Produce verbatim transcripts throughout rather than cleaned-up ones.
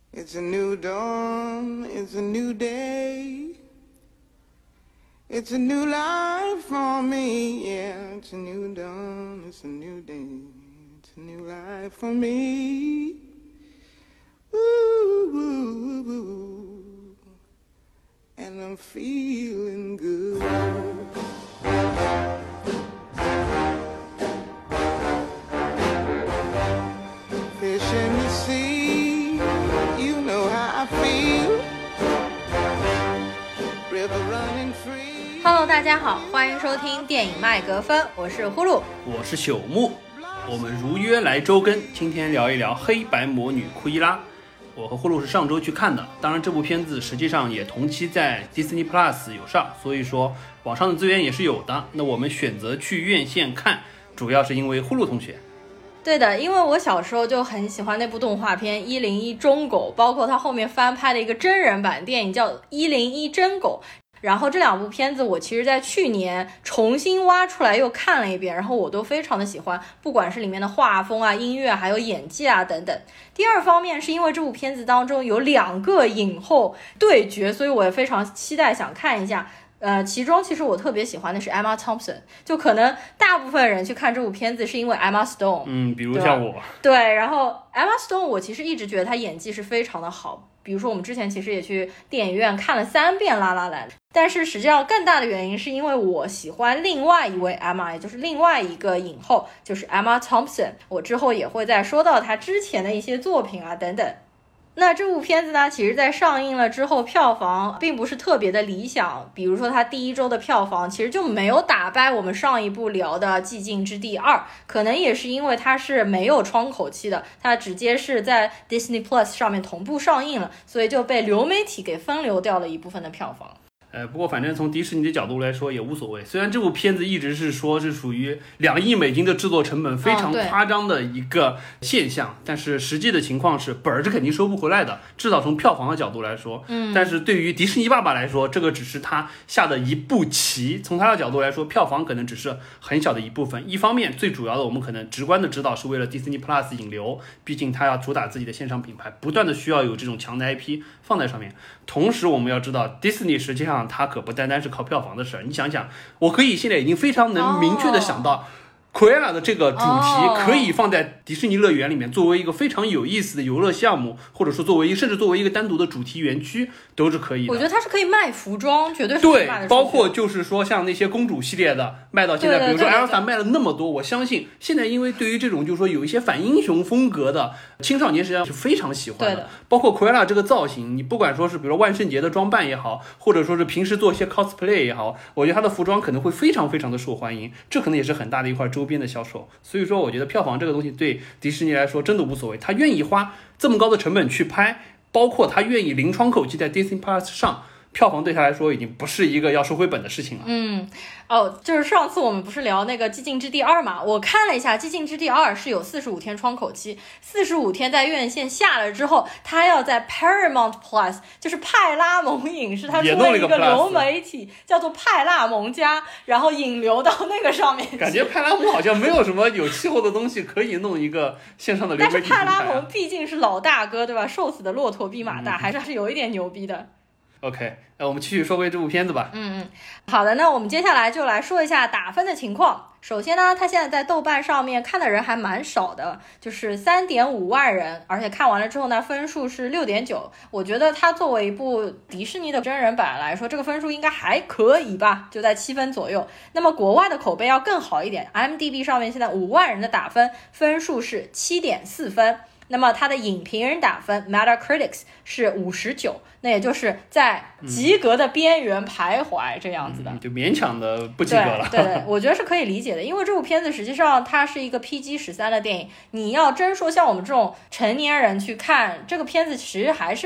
It's a new dawn, it's a new day. It's a new life for me, yeah. It's a new dawn, it's a new day. It's a new life for me. Ooh, ooh, ooh, ooh. And I'm feeling good. Fish in the sea, you know how I feel. River running free.Hello， 大家好，欢迎收听电影麦格芬，我是呼噜， 我是朽木，我们如约来周更，今天聊一聊黑白魔女库伊拉。我和呼噜是上周去看的，当然这部片子实际上也同期在 Disney Plus 有上，所以说网上的资源也是有的。那我们选择去院线看，主要是因为呼噜同学。 对的，因为我小时候就很喜欢那部动画片一零一忠狗，包括它后面翻拍的一个真人版电影叫一零一真狗。然后这两部片子我其实在去年重新挖出来又看了一遍，然后我都非常的喜欢，不管是里面的画风啊、音乐还有演技啊等等。第二方面是因为这部片子当中有两个影后对决，所以我也非常期待想看一下。呃，其中其实我特别喜欢的是 Emma Thompson， 就可能大部分人去看这部片子是因为 Emma Stone， 嗯，比如像我， 对，然后 Emma Stone 我其实一直觉得她演技是非常的好，比如说我们之前其实也去电影院看了三遍《La La Land》，但是实际上更大的原因是因为我喜欢另外一位 Emma， 也就是另外一个影后，就是 Emma Thompson， 我之后也会再说到她之前的一些作品啊等等。那这部片子呢，其实在上映了之后票房并不是特别的理想，比如说它第一周的票房其实就没有打败我们上一部聊的《寂静之地二》，可能也是因为它是没有窗口期的，它直接是在 Disney Plus 上面同步上映了，所以就被流媒体给分流掉了一部分的票房。 呃，不过反正从迪士尼的角度来说也无所谓，虽然这部片子一直是说是属于两亿美金的制作成本非常夸张的一个现象，哦、但是实际的情况是本儿是肯定收不回来的，至少从票房的角度来说。嗯，但是对于迪士尼爸爸来说，这个只是他下的一步棋，从他的角度来说，票房可能只是很小的一部分。一方面，最主要的我们可能直观的指导是为了 Disney Plus 引流，毕竟他要主打自己的线上品牌，不断的需要有这种强的 I P 放在上面。同时，我们要知道，迪士尼实际上它可不单单是靠票房的事儿。你想想，我可以现在已经非常能明确的想到。Oh.库伊拉的这个主题可以放在迪士尼乐园里面，作为一个非常有意思的游乐项目，或者说作为一个甚至作为一个单独的主题园区都是可以的。 我觉得它是可以卖服装，绝对是可以卖的。 对，包括就是说像那些公主系列的卖到现在，比如说艾尔莎卖了那么多，我相信现在因为对于这种就是说有一些反英雄风格的青少年实际上是非常喜欢的。 的包括库伊拉这个造型，你不管说是比如说万圣节的装扮也好，或者说是平时做一些 cosplay 也好，我觉得它的服装可能会非常非常的受欢迎，这可能也是很大的一块周边的销售。所以说我觉得票房这个东西对迪士尼来说真的无所谓，他愿意花这么高的成本去拍，包括他愿意零窗口期在 Disney Plus 上，票房对他来说已经不是一个要收回本的事情了。 嗯，哦，就是上次我们不是聊那个寂静之地二嘛，我看了一下寂静之地二是有四十五天窗口期，四十五天在院线下了之后，他要在 Paramount Plus， 就是派拉蒙影视，他出了一个流媒体叫做派拉蒙加，然后引流到那个上面去。 感觉派拉蒙好像没有什么有气候的东西可以弄一个线上的流媒体、啊、 但是派拉蒙毕竟是老大哥对吧，瘦死的骆驼比马大、嗯、还是还是有一点牛逼的。 OK， 那我们继续说回这部片子吧。 嗯嗯，好的，那我们接下来就来说一下打分的情况。首先呢，它现在在豆瓣上面看的人还蛮少的，就是 三点五万人，而且看完了之后呢，分数是 六点九。我觉得它作为一部迪士尼的真人版来说，这个分数应该还可以吧，就在七分左右。那么国外的口碑要更好一点 ，I M D B 上面现在五万人的打分，分数是 七点四分。那么它的影评人打分 Metacritic 是五十九，那也就是在及格的边缘徘徊这样子的、 嗯、就勉强的不及格了。 对 对, 对我觉得是可以理解的，因为这部片子实际上它是一个 P G 十三 的电影，你要真说像我们这种成年人去看这个片子，其实还是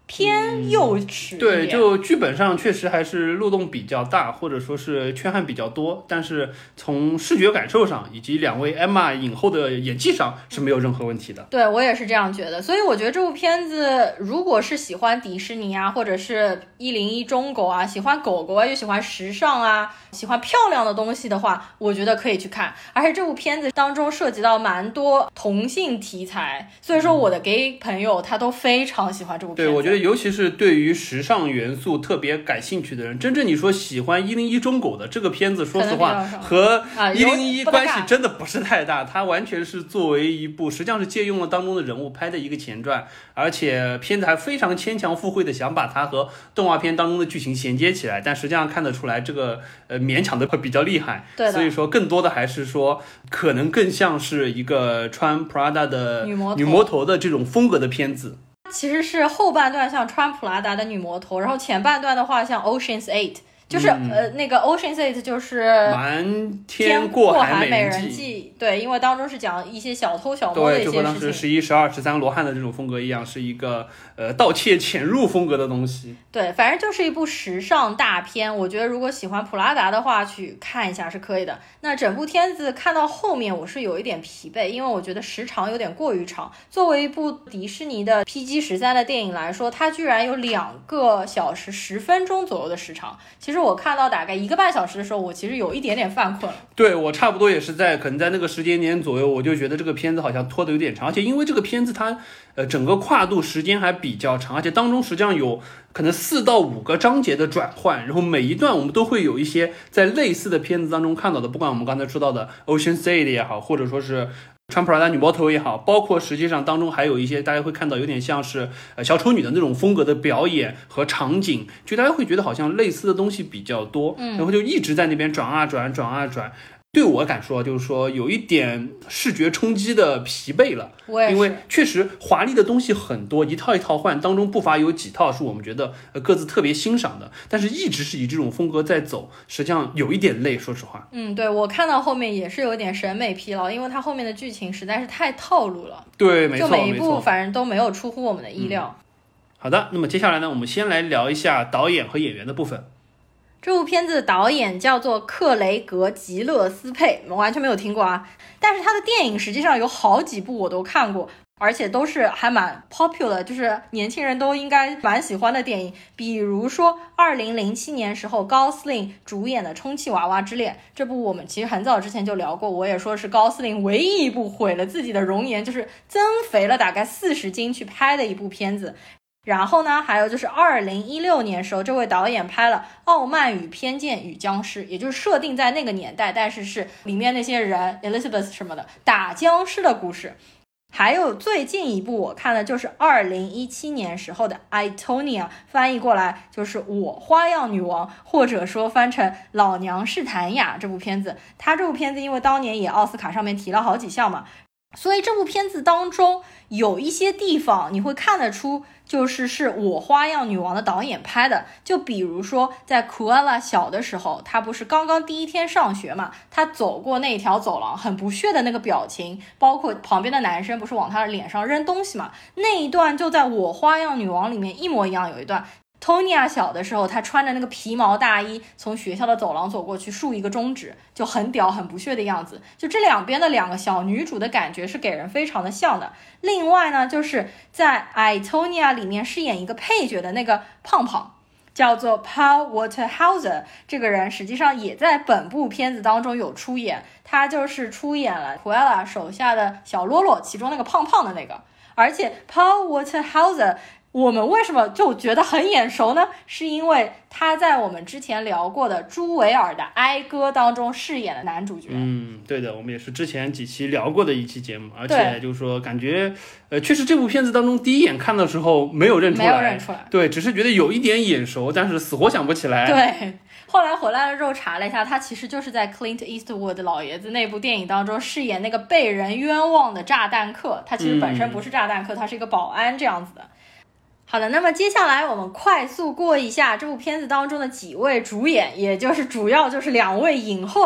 偏幼稚、嗯、 对，就剧本上确实还是漏洞比较大，或者说是缺憾比较多，但是从视觉感受上以及两位 Emma 影后的演技上是没有任何问题的。 对，我也是这样觉得，所以我觉得这部片子如果是喜欢迪士尼啊，或者是一零一中狗啊，喜欢狗狗啊，又喜欢时尚啊，喜欢漂亮的东西的话，我觉得可以去看。而且这部片子当中涉及到蛮多同性题材，所以说我的 gay 朋友他都非常喜欢这部片子。 对，我觉得尤其是对于时尚元素特别感兴趣的人，真正你说喜欢一零一中狗的这个片子，说实话和一零一关系真的不是太大，它完全是作为一部实际上是借用了当中的人物拍的一个前传，而且片子还非常牵强附会的想把它和动画片当中的剧情衔接起来，但实际上看得出来这个呃勉强的会比较厉害。 对， 所以说更多的还是说可能更像是一个穿 Prada 的女魔头女魔头的这种风格的片子。 其实是后半段像穿普拉达的女魔头，然后前半段的话像 Ocean's Eight， 就是、嗯、呃那个 Ocean's Eight 就是瞒天过海美人计，对，因为当中是讲一些小偷小摸的一些事情， 对，就和当时十一、十二、十三罗汉的这种风格一样，是一个呃盗窃潜入风格的东西。 对，反正就是一部时尚大片，我觉得如果喜欢普拉达的话，去看一下是可以的。那整部片子看到后面，我是有一点疲惫，因为我觉得时长有点过于长。作为一部迪士尼的 P G 十三 的电影来说，它居然有两个小时十分钟左右的时长。其实我看到大概一个半小时的时候，我其实有一点点犯困了。 对，我差不多也是在可能在那个时间点左右，我就觉得这个片子好像拖得有点长，而且因为这个片子它呃整个跨度时间还比较长，而且当中实际上有可能四到五个章节的转换，然后每一段我们都会有一些在类似的片子当中看到的，不管我们刚才说到的 Ocean's Eight 也好，或者说是穿普拉达女魔头也好，包括实际上当中还有一些大家会看到有点像是呃小丑女的那种风格的表演和场景，就大家会觉得好像类似的东西比较多， 嗯， 然后就一直在那边转啊转转啊转。对我敢说，就是说有一点视觉冲击的疲惫了。 我也是， 因为确实华丽的东西很多，一套一套换，当中不乏有几套是我们觉得呃各自特别欣赏的，但是一直是以这种风格在走，实际上有一点累，说实话。 嗯，对，我看到后面也是有点审美疲劳，因为它后面的剧情实在是太套路了。 对，没错， 就每一部反正都没有出乎我们的意料。 嗯，好的，那么接下来呢，我们先来聊一下导演和演员的部分。 这部片子的导演叫做克雷格·吉勒斯佩，我完全没有听过啊。但是他的电影实际上有好几部我都看过，而且都是还蛮 popular， 就是年轻人都应该蛮喜欢的电影。比如说二零零七年时候高司令主演的《充气娃娃之恋》，这部我们其实很早之前就聊过，我也说是高司令唯一一部毁了自己的容颜，就是增肥了大概四十斤去拍的一部片子。然后呢，还有就是二零一六年时候，这位导演拍了《傲慢与偏见与僵尸》，也就是设定在那个年代，但是是里面那些人 Elizabeth 什么的打僵尸的故事。还有最近一部我看的就是二零一七年时候的 I,Tonya， 翻译过来就是我花样女王，或者说翻成老娘是谭雅这部片子。它这部片子因为当年也奥斯卡上面提了好几项嘛，所以这部片子当中有一些地方你会看得出就是是我花样女王的导演拍的。就比如说在库阿拉小的时候，他不是刚刚第一天上学嘛，他走过那条走廊很不屑的那个表情，包括旁边的男生不是往他的脸上扔东西嘛，那一段就在我花样女王里面一模一样。有一段Tonya 小的时候，她穿着那个皮毛大衣从学校的走廊走过去，竖一个中指，就很屌很不屑的样子。就这两边的两个小女主的感觉是给人非常的像的。另外呢，就是在 I, Tonya 里面饰演一个配角的那个胖胖叫做 Paul Waterhouse， 这个人实际上也在本部片子当中有出演，他就是出演了 Cruella 手下的小喽啰其中那个胖胖的那个。而且 Paul Waterhouse我们为什么就觉得很眼熟呢？是因为他在我们之前聊过的朱维尔的哀歌当中饰演的男主角。 嗯，对的，我们也是之前几期聊过的一期节目，而且就是说感觉呃，确实这部片子当中第一眼看的时候没有认出来， 没有认出来， 对，只是觉得有一点眼熟，但是死活想不起来。 对，后来回来了之后查了一下，他其实就是在 Clint Eastwood 老爷子那部电影当中饰演那个被人冤枉的炸弹客，他其实本身不是炸弹客，嗯、他是一个保安这样子的。好的，那么接下来我们快速过一下这部片子当中的几位主演，也就是主要就是两位影后了。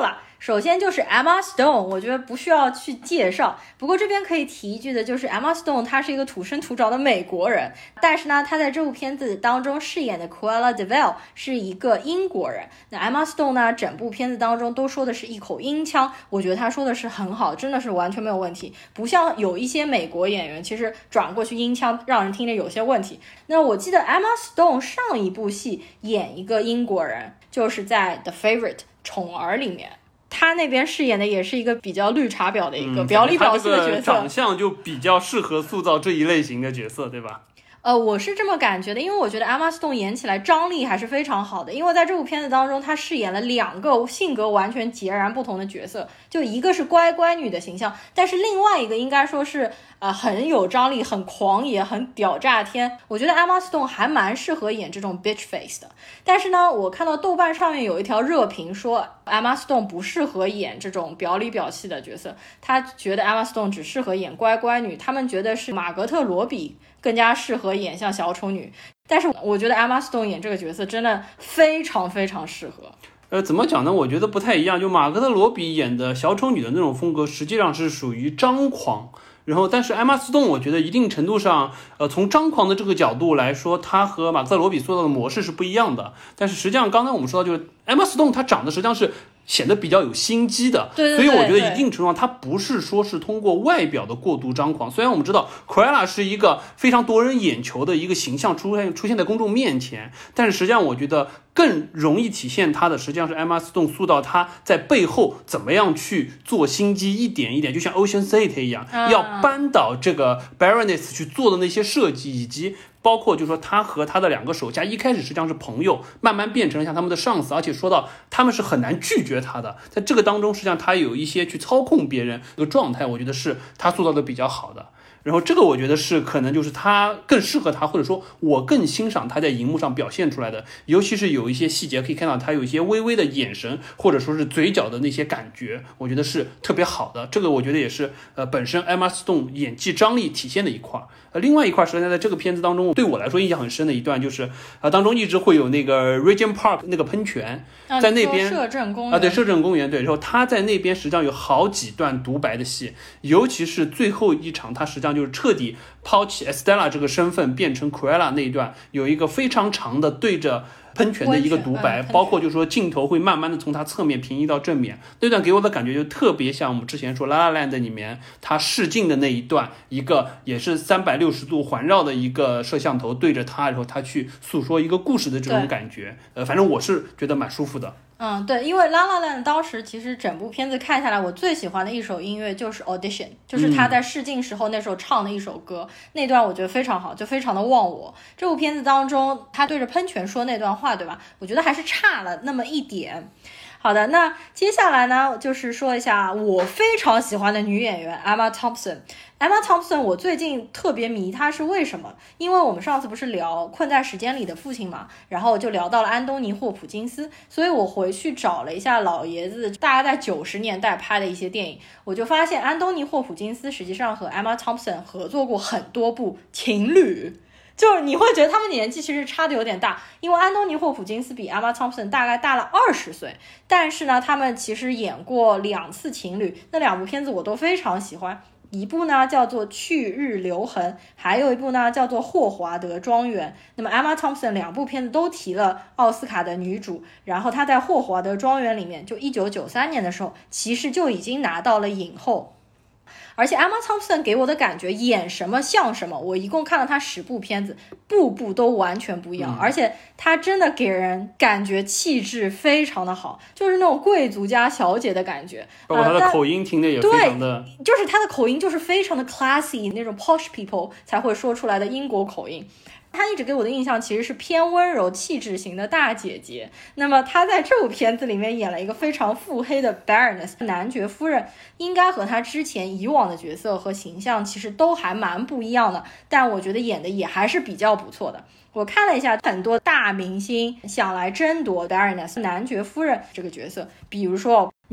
首先就是 Emma Stone， 我觉得不需要去介绍，不过这边可以提一句的就是 Emma Stone 她是一个土生土长的美国人，但是呢她在这部片子当中饰演的 Cruella de Vil 是一个英国人。那 Emma Stone 呢整部片子当中都说的是一口英腔，我觉得她说的是很好，真的是完全没有问题，不像有一些美国演员其实转过去英腔让人听着有些问题。那我记得 Emma Stone 上一部戏演一个英国人，就是在 The Favorite 宠儿里面，他那边饰演的也是一个比较绿茶婊的一个表里表气的角色、嗯、 长相就比较适合塑造这一类型的角色，对吧？ 呃，我是这么感觉的，因为我觉得 Emma Stone 演起来张力还是非常好的，因为在这部片子当中，她饰演了两个性格完全截然不同的角色，就一个是乖乖女的形象，但是另外一个应该说是呃很有张力、很狂野、很屌炸天。我觉得 Emma Stone 还蛮适合演这种 bitch face 的，但是呢，我看到豆瓣上面有一条热评说 Emma Stone 不适合演这种表里表气的角色，他觉得 Emma Stone 只适合演乖乖女，他们觉得是玛格特罗比更加适合演像小丑女，但是我觉得 Emma Stone 演这个角色真的非常非常适合。 呃，怎么讲呢？我觉得不太一样。就玛格特罗比演的小丑女的那种风格，实际上是属于张狂。然后，但是艾玛斯顿，我觉得一定程度上，呃，从张狂的这个角度来说，她和马克罗比塑造的模式是不一样的。但是实际上，刚才我们说到，就是艾玛斯顿她长得实际上是显得比较有心机的， 对对对， 所以我觉得一定程度上，她不是说是通过外表的过度张狂。虽然我们知道 Cruella 是一个非常夺人眼球的一个形象出现出现在公众面前，但是实际上我觉得更容易体现她的，实际上是 Emma Stone 塑造她在背后怎么样去做心机，一点一点，就像 Ocean's Eight 一样， 嗯、 要扳倒这个 Baroness 去做的那些设计，以及包括就是说他和他的两个手下一开始实际上是朋友，慢慢变成了像他们的上司，而且说到他们是很难拒绝他的，在这个当中实际上他有一些去操控别人的状态，我觉得是他塑造的比较好的。然后这个我觉得是可能就是他更适合他，或者说我更欣赏他在荧幕上表现出来的，尤其是有一些细节可以看到他有一些微微的眼神或者说是嘴角的那些感觉，我觉得是特别好的。这个我觉得也是呃本身 Emma Stone 演技张力体现的一块。呃，另外一块实际上在这个片子当中对我来说印象很深的一段就是呃当中一直会有那个 Regent Park 那个喷泉在那边、 啊、摄政公园啊，对，摄政公园，对，然后他在那边实际上有好几段独白的戏，尤其是最后一场他实际上就是彻底抛弃 Estella 这个身份变成 Cruella 那一段，有一个非常长的对着喷泉的一个独白， 嗯、 包括就是说镜头会慢慢的从他侧面平移到正面，那段给我的感觉就特别像我们之前说 La La Land 里面他试镜的那一段，一个也是三百六十度环绕的一个摄像头对着他，然后他去诉说一个故事的这种感觉，呃，反正我是觉得蛮舒服的。 嗯，对，因为 La La Land 当时其实整部片子看下来，我最喜欢的一首音乐就是 Audition， 就是他在试镜时候那时候唱的一首歌、嗯、那段我觉得非常好，就非常的忘我。这部片子当中他对着喷泉说那段话，对吧，我觉得还是差了那么一点。好的，那接下来呢，就是说一下我非常喜欢的女演员 Emma Thompson。Emma Thompson 我最近特别迷她，是为什么？因为我们上次不是聊困在时间里的父亲嘛，然后就聊到了安东尼霍普金斯，所以我回去找了一下老爷子大概在九十年代拍的一些电影，我就发现安东尼霍普金斯实际上和 Emma Thompson 合作过很多部情侣，就是你会觉得他们年纪其实差的有点大，因为安东尼霍普金斯比 Emma Thompson 大概大了二十岁，但是呢他们其实演过两次情侣，那两部片子我都非常喜欢，一部呢叫做去日留痕，还有一部呢叫做霍华德庄园。那么 Emma Thompson 两部片子都提了奥斯卡的女主，然后她在霍华德庄园里面就一九九三年的时候其实就已经拿到了影后。而且 Emma Thompson 给我的感觉演什么像什么，我一共看了她十部片子，部部都完全不一样、嗯、而且她真的给人感觉气质非常的好，就是那种贵族家小姐的感觉， 包括她的口音听的也非常的、 对，就是她的口音就是非常的 classy， 那种 posh people 才会说出来的英国口音。她一直给我的印象其实是偏温柔气质型的大姐姐，那么她在这部片子里面演了一个非常腹黑的 Baroness 男爵夫人，应该和她之前以往的角色和形象其实都还蛮不一样的，但我觉得演的也还是比较不错的。我看了一下很多大明星想来争夺 Baroness 男爵夫人这个角色，比如说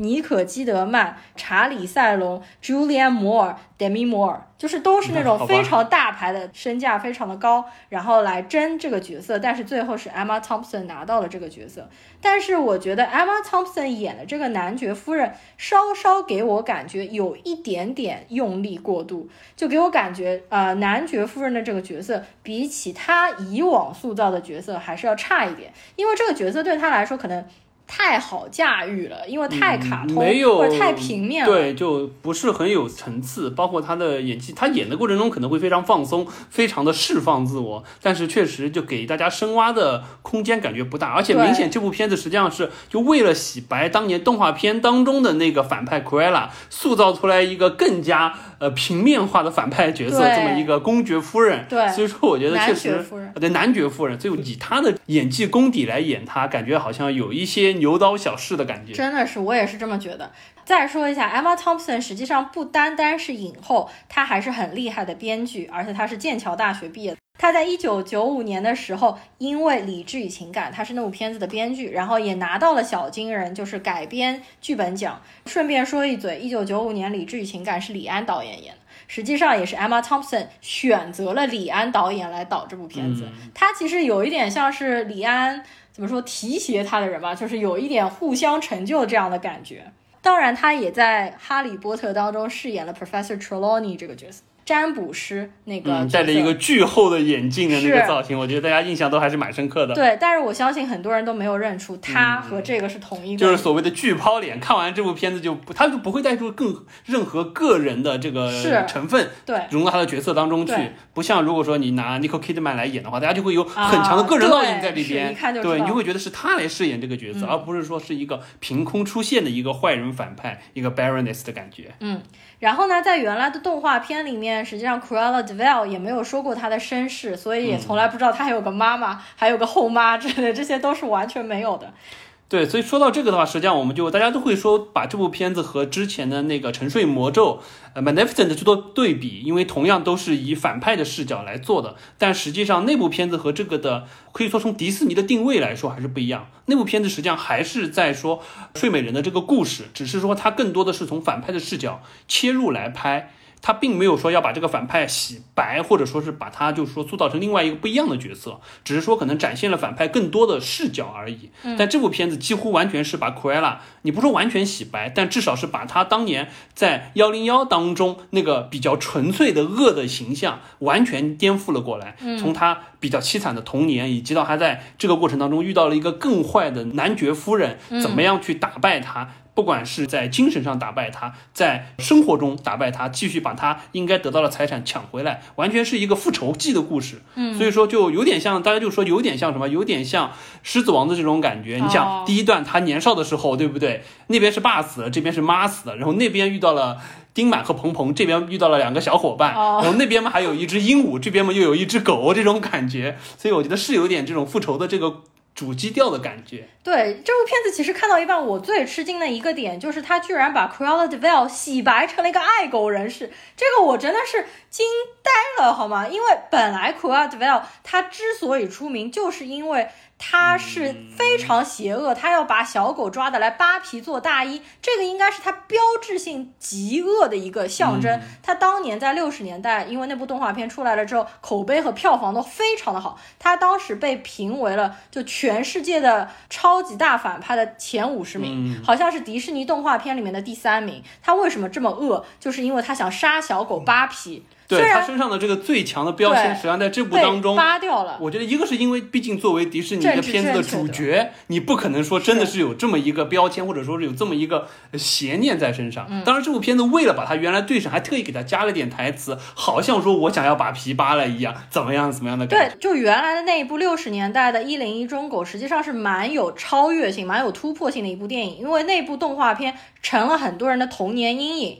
妮可基德曼、查理塞隆、Julianne Moore、Demi Moore， 就是都是那种非常大牌的，身价非常的高，然后来争这个角色，但是最后是 Emma Thompson 拿到了这个角色。但是我觉得 Emma Thompson 演的这个男爵夫人稍稍给我感觉有一点点用力过度，就给我感觉呃，男爵夫人的这个角色比起他以往塑造的角色还是要差一点，因为这个角色对他来说可能太好驾驭了，因为太卡通、嗯、 没有或者太平面了， 对，就不是很有层次。包括他的演技，他演的过程中可能会非常放松，非常的释放自我，但是确实就给大家深挖的空间感觉不大，而且明显这部片子实际上是就为了洗白当年动画片当中的那个反派 Cruella， 塑造出来一个更加呃平面化的反派角色，这么一个公爵夫人。 对， 所以说我觉得确实男爵夫人， 对，男爵夫人，所以以他的演技功底来演他，感觉好像有一些牛刀小试的感觉。 真的是，我也是这么觉得。再说一下 Emma Thompson 实际上不单单是影后，她还是很厉害的编剧，而且她是剑桥大学毕业的。她在一九九五年的时候因为《理智与情感》，她是那部片子的编剧，然后也拿到了小金人就是改编剧本奖。顺便说一嘴，一九九五年《理智与情感》是李安导演演的，实际上也是 Emma Thompson 选择了李安导演来导这部片子。嗯、他其实有一点像是李安怎么说提携他的人吧，就是有一点互相成就这样的感觉。当然他也在哈利波特当中饰演了 Professor Trelawney 这个角色，占卜师那个、嗯、 戴着一个巨厚的眼镜的那个造型，我觉得大家印象都还是蛮深刻的。 对，但是我相信很多人都没有认出他和这个是同一个、嗯、 就是所谓的巨抛脸。看完这部片子就不，他就不会带出更任何个人的这个成分， 对， 融到他的角色当中去。不像如果说你拿 Nicole Kidman 来演的话，大家就会有很强的个人烙印在里边、 啊、对, 一看就知道， 对，你就会觉得是他来饰演这个角色、嗯、而不是说是一个凭空出现的一个坏人反派，一个 Baroness 的感觉。 嗯，然后呢，在原来的动画片里面，实际上 Cruella de Vil 也没有说过她的身世，所以也从来不知道她还有个妈妈、嗯、还有个后妈之类的，这些都是完全没有的。 对，所以说到这个的话，实际上我们就大家都会说把这部片子和之前的那个沉睡魔咒呃 Maleficent 去做对比，因为同样都是以反派的视角来做的，但实际上那部片子和这个的可以说从迪士尼的定位来说还是不一样。那部片子实际上还是在说睡美人的这个故事，只是说它更多的是从反派的视角切入来拍，他并没有说要把这个反派洗白，或者说是把他就是说塑造成另外一个不一样的角色，只是说可能展现了反派更多的视角而已。嗯、但这部片子几乎完全是把 Cruella， 你不说完全洗白，但至少是把他当年在一零一当中那个比较纯粹的恶的形象完全颠覆了过来。嗯、从他比较凄惨的童年，以及到他在这个过程当中遇到了一个更坏的男爵夫人，怎么样去打败他。嗯，不管是在精神上打败他，在生活中打败他，继续把他应该得到的财产抢回来，完全是一个复仇记的故事。嗯，所以说就有点像，大家就说有点像什么，有点像狮子王的这种感觉。哦、你想第一段他年少的时候，对不对？那边是爸死了，这边是妈死了，然后那边遇到了丁满和鹏鹏，这边遇到了两个小伙伴，哦、然后那边嘛还有一只鹦鹉，这边嘛又有一只狗，这种感觉。所以我觉得是有点这种复仇的这个主基调的感觉。 对，这部片子其实看到一半，我最吃惊的一个点就是他居然把 Cruella de Vil 洗白成了一个爱狗人士，这个我真的是惊呆了，好吗？因为本来 Cruella de Vil 他之所以出名，就是因为他是非常邪恶，他要把小狗抓的来扒皮做大衣，这个应该是他标志性极恶的一个象征。嗯、他当年在六十年代，因为那部动画片出来了之后，口碑和票房都非常的好，他当时被评为了就全世界的超级大反派的前五十名，嗯、好像是迪士尼动画片里面的第三名。他为什么这么恶？就是因为他想杀小狗扒皮。 对，他身上的这个最强的标签，实际上在这部当中扒掉了。 我觉得一个是因为毕竟作为迪士尼的片子的主角，你不可能说真的是有这么一个标签，或者说是有这么一个邪念在身上。嗯、当然，这部片子为了把他原来对上，还特意给他加了点台词，好像说我想要把皮扒了一样，怎么样怎么样的感觉。 对，就原来的那一部六十年代的一零一中狗，实际上是蛮有超越性、蛮有突破性的一部电影，因为那部动画片成了很多人的童年阴影。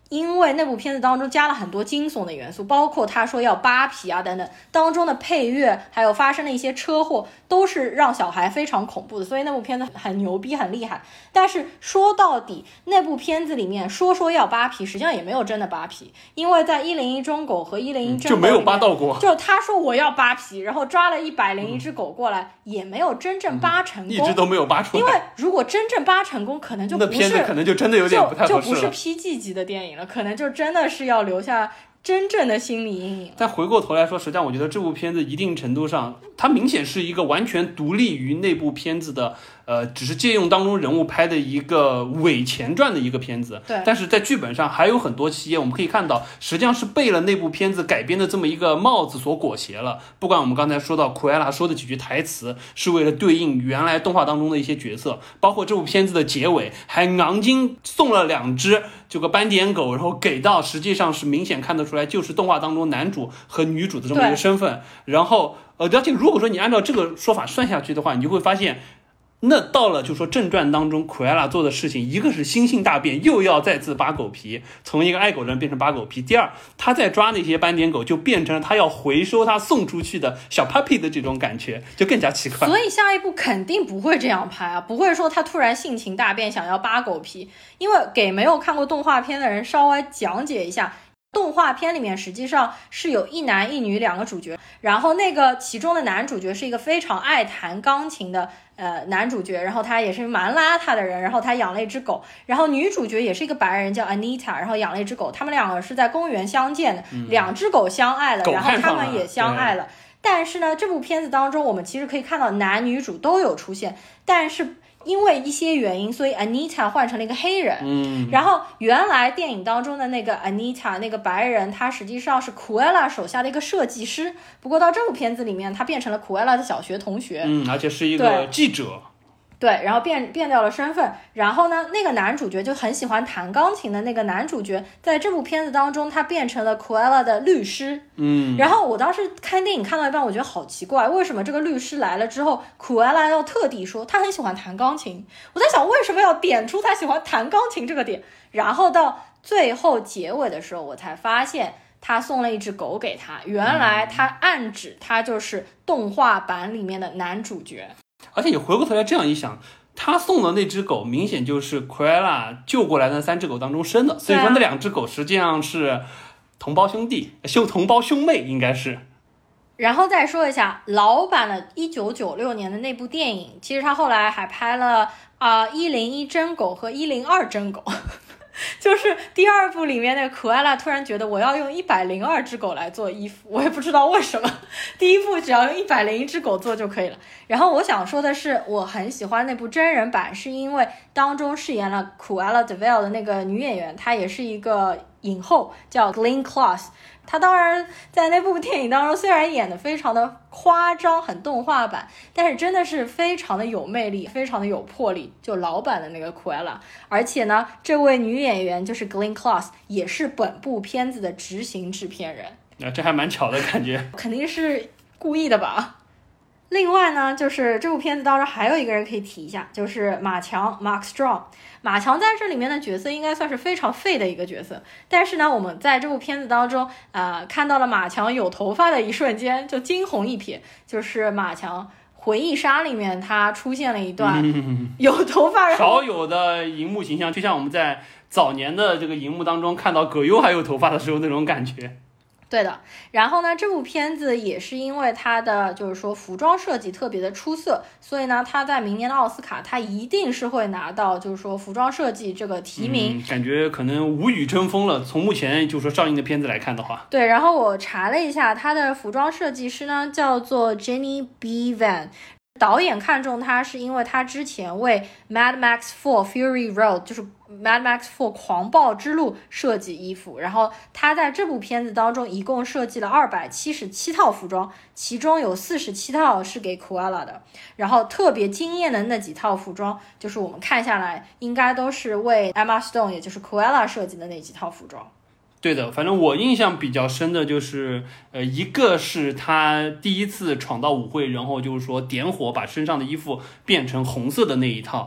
因为那部片子当中加了很多惊悚的元素，包括他说要扒皮啊等等，当中的配乐还有发生的一些车祸都是让小孩非常恐怖的，所以那部片子很牛逼很厉害。但是说到底那部片子里面说说要扒皮，实际上也没有真的扒皮，因为在一零一忠狗和一零一真狗、嗯、 就没有扒到过， 就他说我要扒皮，然后抓了一百零一只狗过来、嗯、也没有真正扒成功、 嗯、一直都没有扒出来。 因为如果真正扒成功可能就不是， 那片子可能就真的有点不太合适了， 就就不是 P G 级的电影了，可能就真的是要留下真正的心理阴影。 但回过头来说，实际上我觉得这部片子一定程度上它明显是一个完全独立于那部片子的呃，只是借用当中人物拍的一个伪前传的一个片子。 对， 但是在剧本上还有很多细节我们可以看到实际上是被了那部片子改编的这么一个帽子所裹挟了。不管我们刚才说到库埃拉说的几句台词是为了对应原来动画当中的一些角色，包括这部片子的结尾还昂金送了两只这个斑点狗，然后给到实际上是明显看得出来就是动画当中男主和女主的这么一个身份。然后呃，而且如果说你按照这个说法算下去的话，你就会发现那到了就说正传当中库埃拉做的事情，一个是心性大变，又要再次扒狗皮，从一个爱狗人变成扒狗皮。第二，他在抓那些斑点狗就变成了他要回收他送出去的小 puppy 的这种感觉，就更加奇怪。 所以下一部肯定不会这样拍啊，不会说他突然性情大变想要扒狗皮。因为给没有看过动画片的人稍微讲解一下，动画片里面实际上是有一男一女两个主角，然后那个其中的男主角是一个非常爱弹钢琴的呃男主角，然后他也是蛮邋遢的人，然后他养了一只狗，然后女主角也是一个白人叫 Anita， 然后养了一只狗，他们两个是在公园相见的、嗯、两只狗相爱了，然后他们也相爱了。但是呢这部片子当中我们其实可以看到男女主都有出现，但是因为一些原因，所以 Anita 换成了一个黑人。嗯，然后原来电影当中的那个 Anita 那个白人，他实际上是库埃拉手下的一个设计师，不过到这部片子里面他变成了库埃拉的小学同学。 嗯，而且是一个记者。 对，然后变变掉了身份。然后呢那个男主角就很喜欢弹钢琴的那个男主角，在这部片子当中他变成了库埃拉的律师。嗯，然后我当时看电影看到一半，我觉得好奇怪，为什么这个律师来了之后库埃拉要特地说他很喜欢弹钢琴？我在想为什么要点出他喜欢弹钢琴这个点。然后到最后结尾的时候我才发现他送了一只狗给他，原来他暗指他就是动画版里面的男主角。 而且你回过头来这样一想，他送的那只狗明显就是库埃拉救过来的三只狗当中生的，所以说那两只狗实际上是同胞兄弟，兄同胞兄妹应该是。 然后再说一下老版的一九九六年的那部电影，其实他后来还拍了啊一零一真狗和一零二真狗。就是第二部里面那个库埃拉突然觉得我要用一百零二只狗来做衣服，我也不知道为什么，第一部只要用一百零一只狗做就可以了。然后我想说的是我很喜欢那部真人版，是因为当中饰演了库埃拉 DeVille 的那个女演员，她也是一个影后，叫 Glenn Close。他当然在那部电影当中虽然演得非常的夸张很动画版，但是真的是非常的有魅力，非常的有魄力，就老版的那个库埃拉。而且呢这位女演员就是 Glenn Close 也是本部片子的执行制片人。 啊，这还蛮巧的感觉。 肯定是故意的吧。另外呢就是这部片子当中还有一个人可以提一下，就是马强 Mark Strong。马强在这里面的角色应该算是非常废的一个角色，但是呢我们在这部片子当中呃，看到了马强有头发的一瞬间就惊鸿一瞥，就是马强回忆杀里面他出现了一段有头发、嗯、 少有的荧幕形象，就像我们在早年的这个荧幕当中看到葛优还有头发的时候那种感觉。 对的，然后呢这部片子也是因为它的就是说服装设计特别的出色，所以呢它在明年的奥斯卡它一定是会拿到就是说服装设计这个提名、 嗯、感觉可能无与争锋了，从目前就是说上映的片子来看的话。 对，然后我查了一下它的服装设计师呢叫做 Jenny B. Van，导演看中他是因为他之前为 Mad Max 四 Fury Road 就是 Mad Max 四狂暴之路设计衣服，然后他在这部片子当中一共设计了二百七十七套服装，其中有四十七套是给 Koala 的，然后特别惊艳的那几套服装就是我们看下来应该都是为 Emma Stone 也就是 Koala 设计的那几套服装。 对的，反正我印象比较深的就是呃，一个是他第一次闯到舞会，然后就是说点火把身上的衣服变成红色的那一套，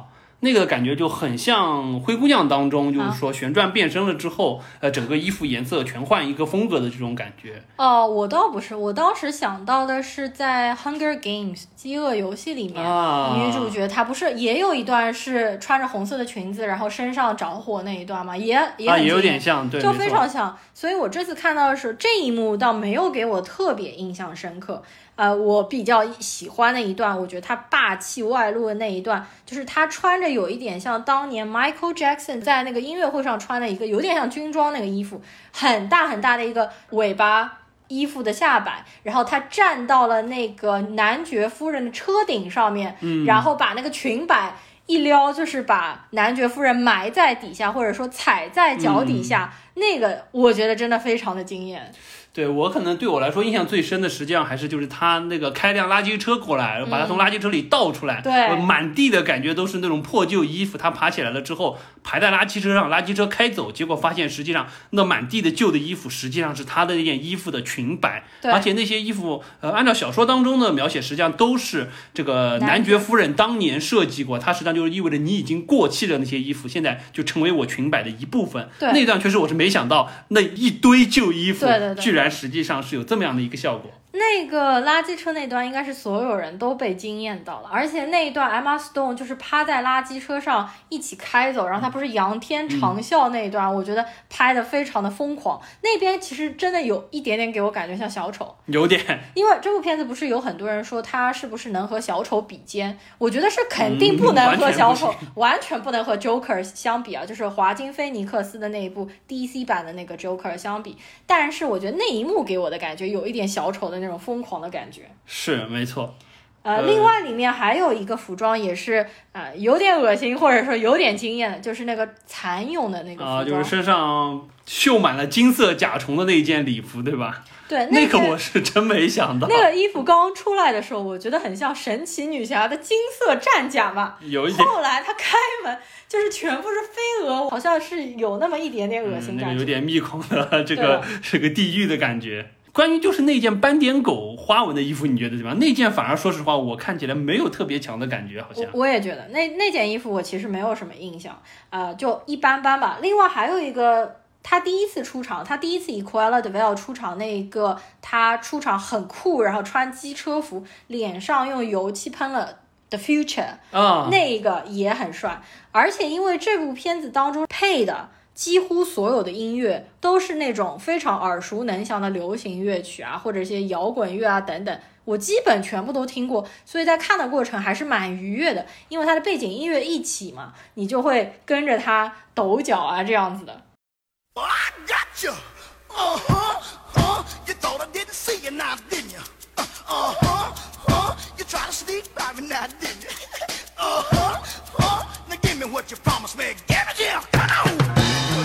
那个感觉就很像灰姑娘当中，就是说旋转变身了之后，呃，整个衣服颜色全换一个风格的这种感觉。 哦，我倒不是，我当时想到的是在《Hunger Games》饥饿游戏里面，啊、女主角她不是也有一段是穿着红色的裙子，然后身上着火那一段吗？也也很、 啊、也有点像，对， 就非常像。所以我这次看到的时候，这一幕倒没有给我特别印象深刻。呃，我比较喜欢的一段，我觉得他霸气外露的那一段，就是他穿着有一点像当年 Michael Jackson 在那个音乐会上穿的一个有点像军装那个衣服，很大很大的一个尾巴衣服的下摆，然后他站到了那个男爵夫人的车顶上面， 嗯， 然后把那个裙摆一撩，就是把男爵夫人埋在底下，或者说踩在脚底下，嗯，那个我觉得真的非常的惊艳。 对，我可能对我来说印象最深的，实际上还是就是他那个开辆垃圾车过来，把他从垃圾车里倒出来， 对， 满地的感觉都是那种破旧衣服。他爬起来了之后，排在垃圾车上，垃圾车开走，结果发现实际上那满地的旧的衣服，实际上是他的那件衣服的裙摆，而且那些衣服，呃，按照小说当中的描写，实际上都是这个男爵夫人当年设计过，它实际上就是意味着你已经过气的那些衣服，现在就成为我裙摆的一部分。 对， 那段确实我是没想到，那一堆旧衣服， 对对对， 居然实际上是有这么样的一个效果。 那个垃圾车那段应该是所有人都被惊艳到了，而且那一段 Emma Stone 就是趴在垃圾车上一起开走，然后他不是仰天长啸那一段，嗯，我觉得拍的非常的疯狂。那边其实真的有一点点给我感觉像小丑， 有点，因为这部片子不是有很多人说他是不是能和小丑比肩，我觉得是肯定不能和小丑，嗯，完全不能和 Joker 相比啊，就是华金菲尼克斯的那一部 D C 版的那个 Joker 相比，但是我觉得那一幕给我的感觉有一点小丑的那种疯狂的感觉， 是没错。 呃，另外里面还有一个服装也是呃有点恶心或者说有点惊艳的，就是那个蚕蛹的那个服装， 啊，就是身上绣满了金色甲虫的那一件礼服，对吧？ 对， 那个我是真没想到。 那个衣服刚出来的时候，我觉得很像神奇女侠的金色战甲嘛， 有一点。 后来他开门就是全部是飞蛾，好像是有那么一点点恶心感觉， 嗯，那个有点密孔的这个是个地狱的感觉。关于就是那件斑点狗花纹的衣服，你觉得怎么样？那件反而说实话，我看起来没有特别强的感觉，好像。 我, 我也觉得那那件衣服我其实没有什么印象，呃，就一般般吧。另外还有一个，他第一次出场，他第一次以 Cruella de Vil 出场那一个，他出场很酷，然后穿机车服，脸上用油漆喷了 The Future， 啊， 那个也很帅。而且因为这部片子当中配的几乎所有的音乐都是那种非常耳熟能详的流行乐曲啊，或者一些摇滚乐啊等等，我基本全部都听过，所以在看的过程还是蛮愉悦的，因为它的背景音乐一起嘛，你就会跟着它抖脚啊这样子的。Well, I got you. Uh-huh, uh, you thought I didn't see you now, didn't you? Uh-huh, uh, you tried to sneak by me now, didn't you? Uh-huh, uh, now give me what you promised me. Give it here, come on!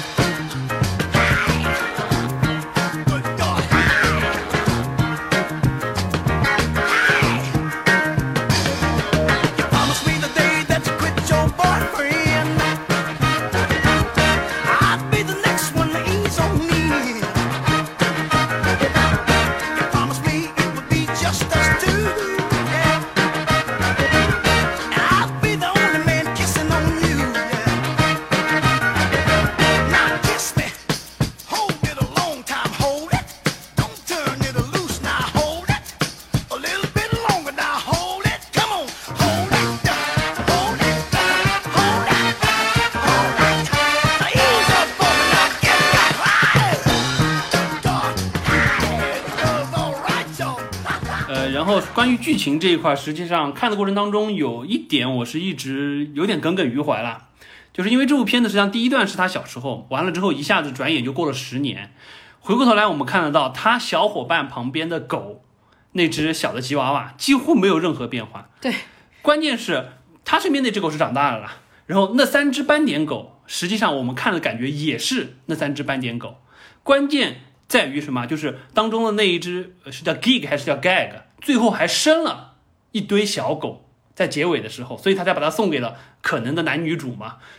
关于剧情这一块，实际上看的过程当中有一点我是一直有点耿耿于怀啦，就是因为这部片子实际上第一段是他小时候，完了之后一下子转眼就过了十年，回过头来我们看得到他小伙伴旁边的狗，那只小的吉娃娃几乎没有任何变化。 对， 关键是他身边那只狗是长大了啦，然后那三只斑点狗实际上我们看的感觉也是那三只斑点狗，关键在于什么？就是当中的那一只是叫 Gig 还是叫 Gag， 最后还生了一堆小狗，在结尾的时候，所以他才把它送给了可能的男女主嘛。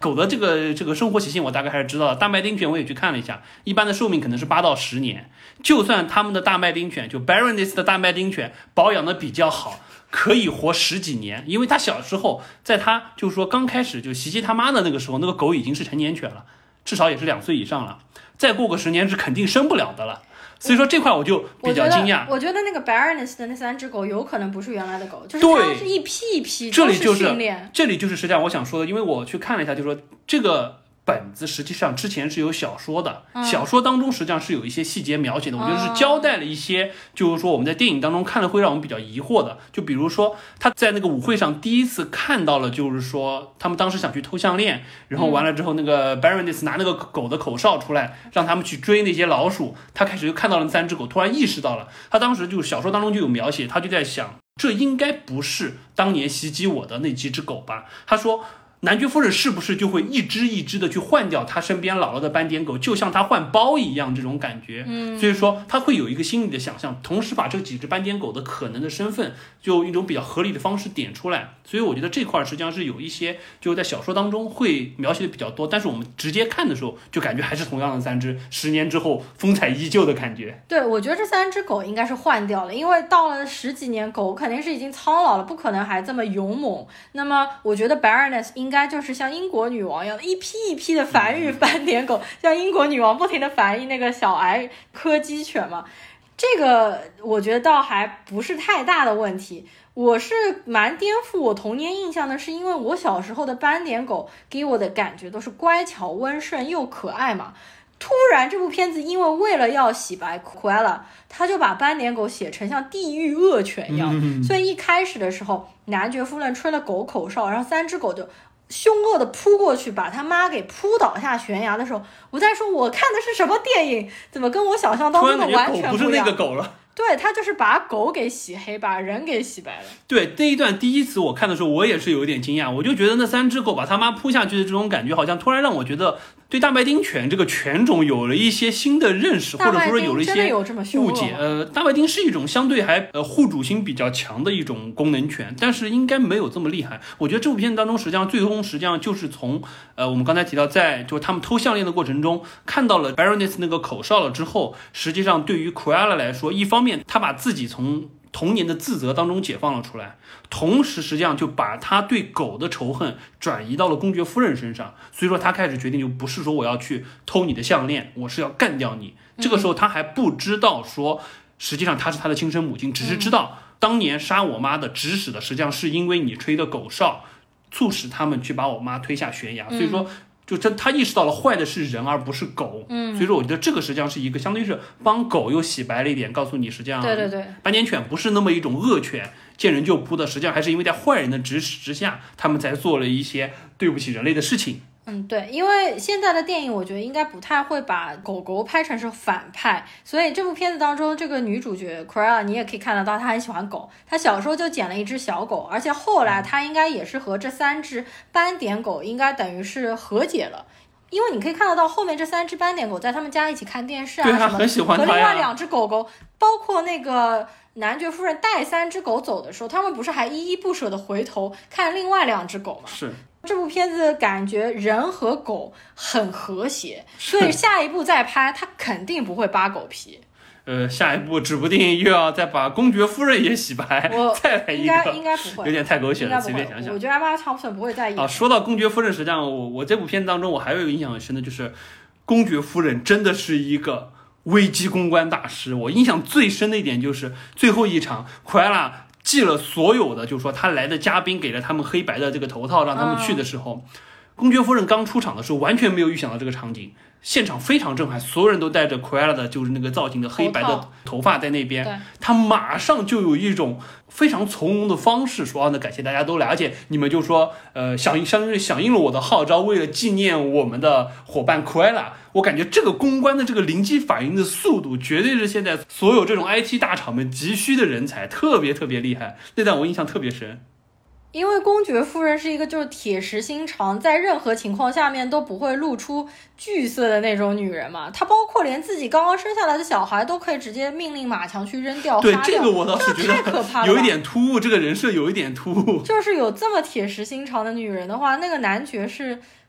狗的这个这个生活习性我大概还是知道的，大麦丁犬我也去看了一下，一般的寿命可能是八到十年，就算他们的大麦丁犬就 Berenice 的大麦丁犬保养的比较好，可以活十几年，因为他小时候在他就是说刚开始就袭击他妈的那个时候，那个狗已经是成年犬了，至少也是两岁以上了，再过个十年是肯定生不了的了。所以说这块我就比较惊讶。 我觉得那个 Berenice 的那三只狗有可能不是原来的狗，就是它是一批一批都是训练。 这里就是实际上我想说的，因为我去看了一下，就是说这个本子实际上之前是有小说的，嗯、小说当中实际上是有一些细节描写的，我觉得是交代了一些，嗯、就是说我们在电影当中看了会让我们比较疑惑的，就比如说他在那个舞会上第一次看到了，就是说他们当时想去偷项链，然后完了之后那个 Berenice 拿那个狗的口哨出来，让他们去追那些老鼠，他开始就看到了那三只狗，突然意识到了，他当时就小说当中就有描写，他就在想，这应该不是当年袭击我的那几只狗吧？他说。男爵夫人是不是就会一只一只的去换掉他身边老了的斑点狗，就像他换包一样这种感觉？嗯，所以说他会有一个心理的想象，同时把这几只斑点狗的可能的身份，就一种比较合理的方式点出来。所以我觉得这块实际上是有一些就在小说当中会描写的比较多，但是我们直接看的时候就感觉还是同样的三只，十年之后风采依旧的感觉。 对，我觉得这三只狗应该是换掉了，因为到了十几年，狗肯定是已经苍老了，不可能还这么勇猛。那么我觉得 Berenice 应应该就是像英国女王一样的一批一批的繁育斑点狗，像英国女王不停的繁育那个小矮柯基犬嘛，这个我觉得倒还不是太大的问题。我是蛮颠覆我童年印象的，是因为我小时候的斑点狗给我的感觉都是乖巧温顺又可爱嘛。突然这部片子因为为了要洗白 Cruella， 他就把斑点狗写成像地狱恶犬一样，嗯、所以一开始的时候男爵夫人吹了狗口哨，然后三只狗就凶恶的扑过去把他妈给扑倒下悬崖的时候，我在说我看的是什么电影，怎么跟我想象当中的完全不一样。 不是那个狗了， 对，他就是把狗给洗黑，把人给洗白了。 对，那一段第一次我看的时候我也是有一点惊讶，我就觉得那三只狗把他妈扑下去的这种感觉，好像突然让我觉得对大麦丁犬这个犬种有了一些新的认识，或者说有了一些误解。呃，大麦丁是一种相对还呃护主心比较强的一种功能犬，但是应该没有这么厉害。我觉得这部片子当中，实际上最终实际上就是从呃我们刚才提到在就是他们偷项链的过程中看到了 Berenice 那个口哨了之后，实际上对于 Cruella 来说，一方面他把自己从童年的自责当中解放了出来，同时实际上就把他对狗的仇恨转移到了公爵夫人身上，所以说他开始决定就不是说我要去偷你的项链，我是要干掉你。这个时候他还不知道说实际上他是他的亲生母亲，只是知道当年杀我妈的指使的实际上是因为你吹的狗哨促使他们去把我妈推下悬崖，所以说就真他意识到了坏的是人而不是狗，嗯，所以说我觉得这个实际上是一个相当于是帮狗又洗白了一点，告诉你实际上对对对， 斑点犬不是那么一种恶犬，见人就扑的，实际上还是因为在坏人的指使之下，他们才做了一些对不起人类的事情。 嗯，对，因为现在的电影我觉得应该不太会把狗狗拍成是反派，所以这部片子当中这个女主角 Cruella 你也可以看得到她很喜欢狗，她小时候就捡了一只小狗，而且后来她应该也是和这三只斑点狗应该等于是和解了。因为你可以看得到后面这三只斑点狗在他们家一起看电视啊什么的， 很喜欢它呀。 和另外两只狗狗，包括那个男爵夫人带三只狗走的时候，他们不是还依依不舍的回头看另外两只狗吗？ 是。 这部片子感觉人和狗很和谐，所以下一部再拍他肯定不会扒狗皮。 呃，下一步指不定又要再把公爵夫人也洗白，再来一个， 应该应该不会， 有点太狗血了，随便想想。 我觉得Emma Thompson不会在意。 啊，说到公爵夫人，实际上我我这部片当中我还有一个印象很深的就是，公爵夫人真的是一个危机公关大师。我印象最深的一点就是最后一场Cruella寄了所有的，就是说他来的嘉宾给了他们黑白的这个头套，让他们去的时候，嗯、公爵夫人刚出场的时候完全没有预想到这个场景。现场非常震撼，所有人都带着 Cruella 的就是那个造型的黑白的头发在那边，他马上就有一种非常从容的方式说，啊，那感谢大家都来，而且你们就说，呃，响响响应了我的号召，为了纪念我们的伙伴 Cruella， 我感觉这个公关的这个临机反应的速度，绝对是现在所有这种 I T 大厂们急需的人才，特别特别厉害，那段我印象特别深。 因为公爵夫人是一个就是铁石心肠，在任何情况下面都不会露出惧色的那种女人嘛。她包括连自己刚刚生下来的小孩都可以直接命令马强去扔掉。 对，这个我倒是觉得太可怕了， 有一点突兀，这个人设有一点突兀。 就是有这么铁石心肠的女人的话，那个男爵是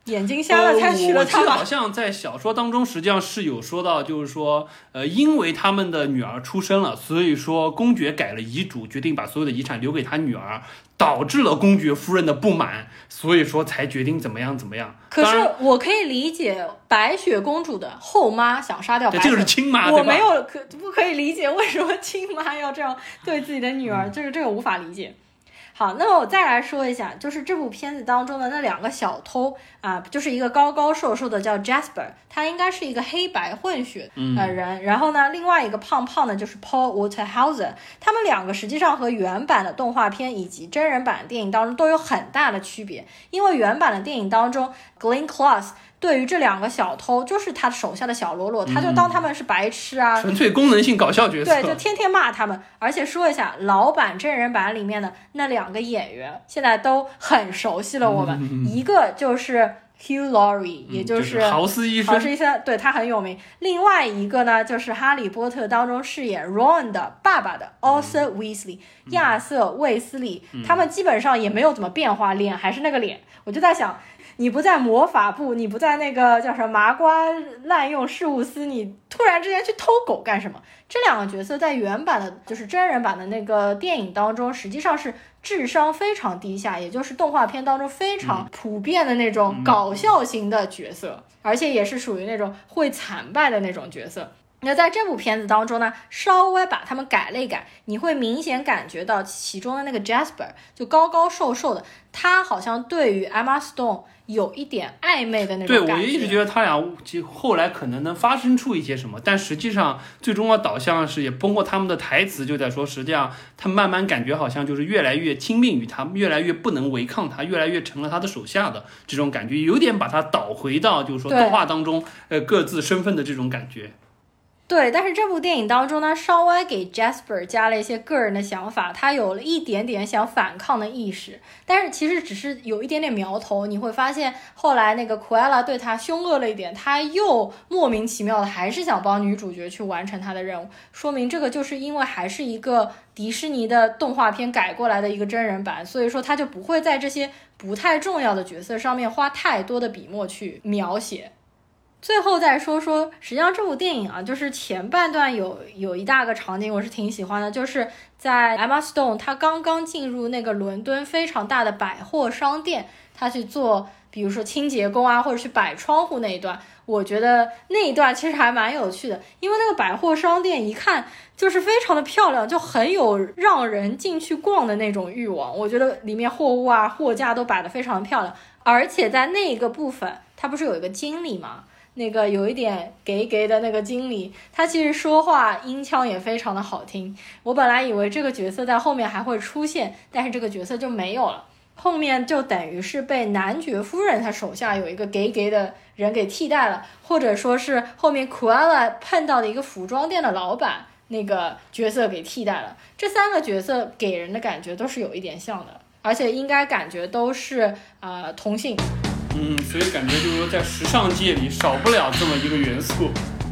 眼睛瞎了才娶了她吧、 呃、我记得好像在小说当中实际上是有说到，就是说呃，因为他们的女儿出生了，所以说公爵改了遗嘱，决定把所有的遗产留给他女儿，导致了公爵夫人的不满，所以说才决定怎么样怎么样。 可是我可以理解白雪公主的后妈想杀掉白雪， 这个是亲妈， 我没有可不可以理解为什么亲妈要这样对自己的女儿，这个这个无法理解。好，那么我再来说一下，就是这部片子当中的那两个小偷啊，就是一个高高瘦瘦的叫 Jasper， 他应该是一个黑白混血的人、嗯、然后呢另外一个胖胖的就是 Paul Waterhouse， 他们两个实际上和原版的动画片以及真人版的电影当中都有很大的区别，因为原版的电影当中 Glenn Close对于这两个小偷就是他手下的小喽啰，他就当他们是白痴啊， 纯粹功能性搞笑角色， 对，就天天骂他们。而且说一下老版真人版里面的那两个演员现在都很熟悉了我们、嗯、一个就是 Hugh Laurie、嗯、也就是豪斯医生， 豪斯医生，对，他很有名。另外一个呢就是哈利波特当中饰演 Ron 的爸爸的 Arthur Weasley、嗯、亚瑟卫斯理、嗯、他们基本上也没有怎么变化，脸还是那个脸。我就在想，你不在魔法部，你不在那个叫什么麻瓜滥用事务司，你突然之间去偷狗干什么？这两个角色在原版的就是真人版的那个电影当中实际上是智商非常低下，也就是动画片当中非常普遍的那种搞笑型的角色、嗯、而且也是属于那种会惨败的那种角色。那在这部片子当中呢，稍微把他们改了一改，你会明显感觉到其中的那个 Jasper 就高高瘦瘦的，他好像对于 Emma Stone 有一点暧昧的那种感觉。 对，我一直觉得他俩后来可能能发生出一些什么，但实际上最终的导向是，也包括他们的台词就在说，实际上他慢慢感觉好像就是越来越亲密于他，越来越不能违抗他，越来越成了他的手下的这种感觉，有点把他导回到就是说动画当中呃各自身份的这种感觉。 对，但是这部电影当中呢，稍微给 Jasper 加了一些个人的想法，他有了一点点想反抗的意识，但是其实只是有一点点苗头。你会发现后来那个 Cruella 对他凶恶了一点，他又莫名其妙的还是想帮女主角去完成他的任务，说明这个就是因为还是一个迪士尼的动画片改过来的一个真人版，所以说他就不会在这些不太重要的角色上面花太多的笔墨去描写。最后再说说，实际上这部电影啊，就是前半段有有一大个场景我是挺喜欢的，就是在 Emma Stone 她刚刚进入那个伦敦非常大的百货商店，她去做比如说清洁工啊，或者去摆窗户那一段，我觉得那一段其实还蛮有趣的，因为那个百货商店一看就是非常的漂亮，就很有让人进去逛的那种欲望。我觉得里面货物啊货架都摆得非常的漂亮，而且在那个部分它不是有一个经理吗，那个有一点给给的那个经理，他其实说话音腔也非常的好听。我本来以为这个角色在后面还会出现，但是这个角色就没有了，后面就等于是被男爵夫人他手下有一个给给的人给替代了，或者说是后面 Cruella 碰到的一个服装店的老板那个角色给替代了。这三个角色给人的感觉都是有一点像的，而且应该感觉都是呃同性。 嗯，所以感觉就是说在时尚界里少不了这么一个元素。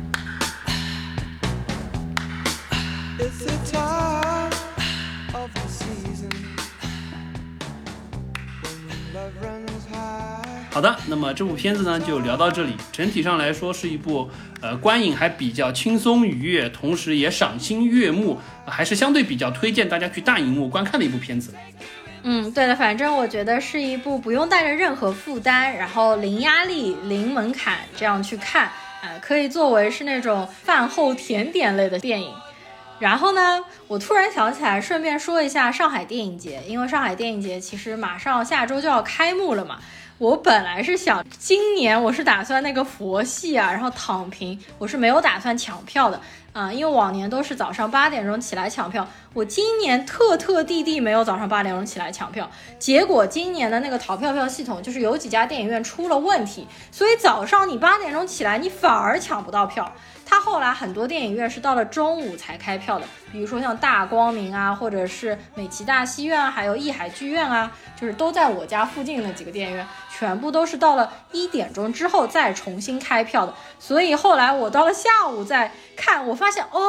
好的，那么这部片子呢就聊到这里。整体上来说是一部呃观影还比较轻松愉悦，同时也赏心悦目、呃、还是相对比较推荐大家去大荧幕观看的一部片子。 嗯，对的，反正我觉得是一部不用带着任何负担，然后零压力、零门槛这样去看，呃，可以作为是那种饭后甜点类的电影。然后呢，我突然想起来，顺便说一下上海电影节，因为上海电影节其实马上下周就要开幕了嘛。我本来是想今年我是打算那个佛系啊，然后躺平，我是没有打算抢票的啊、呃，因为往年都是早上八点钟起来抢票，我今年特特地地没有早上八点钟起来抢票，结果今年的那个淘票票系统就是有几家电影院出了问题，所以早上你八点钟起来你反而抢不到票。他后来很多电影院是到了中午才开票的，比如说像大光明啊，或者是美琪大戏院啊，还有艺海剧院啊，就是都在我家附近的几个电影院，全部都是到了一点钟之后再重新开票的。所以后来我到了下午再看，我发现哦，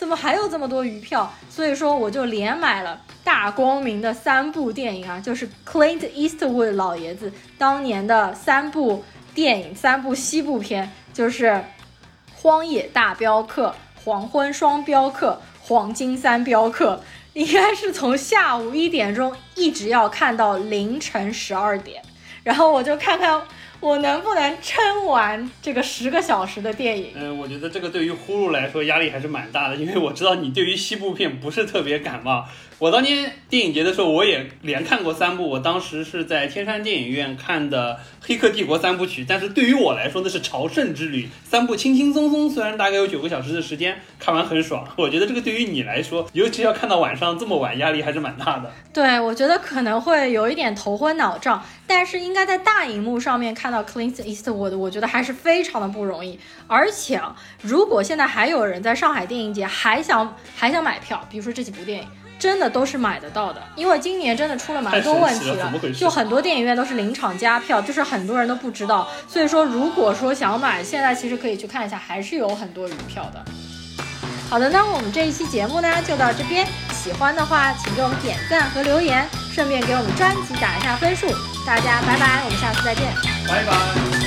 怎么还有这么多余票？所以说我就连买了大光明的三部电影啊，就是 Clint Eastwood 老爷子当年的三部电影，三部西部片，就是荒野大镖客、黄昏双镖客、黄金三镖客，应该是从下午一点钟一直要看到凌晨十二点，然后我就看看我能不能撑完这个十个小时的电影。 嗯、呃，我觉得这个对于呼噜来说压力还是蛮大的，因为我知道你对于西部片不是特别感冒。我当年电影节的时候我也连看过三部，我当时是在天山电影院看的《黑客帝国》三部曲，但是对于我来说那是朝圣之旅，三部轻轻松松，虽然大概有九个小时的时间，看完很爽。我觉得这个对于你来说，尤其要看到晚上这么晚，压力还是蛮大的。 对，我觉得可能会有一点头昏脑胀，但是应该在大荧幕上面看到 Clint Eastwood， 我觉得还是非常的不容易。而且如果现在还有人在上海电影节还想还想买票，比如说这几部电影真的都是买得到的，因为今年真的出了蛮多问题了，就很多电影院都是临场加票，就是很多人都不知道。所以说如果说想买，现在其实可以去看一下，还是有很多余票的。好的，那我们这一期节目呢就到这边，喜欢的话请给我们点赞和留言，顺便给我们专辑打一下分数。大家拜拜，我们下次再见， 拜拜。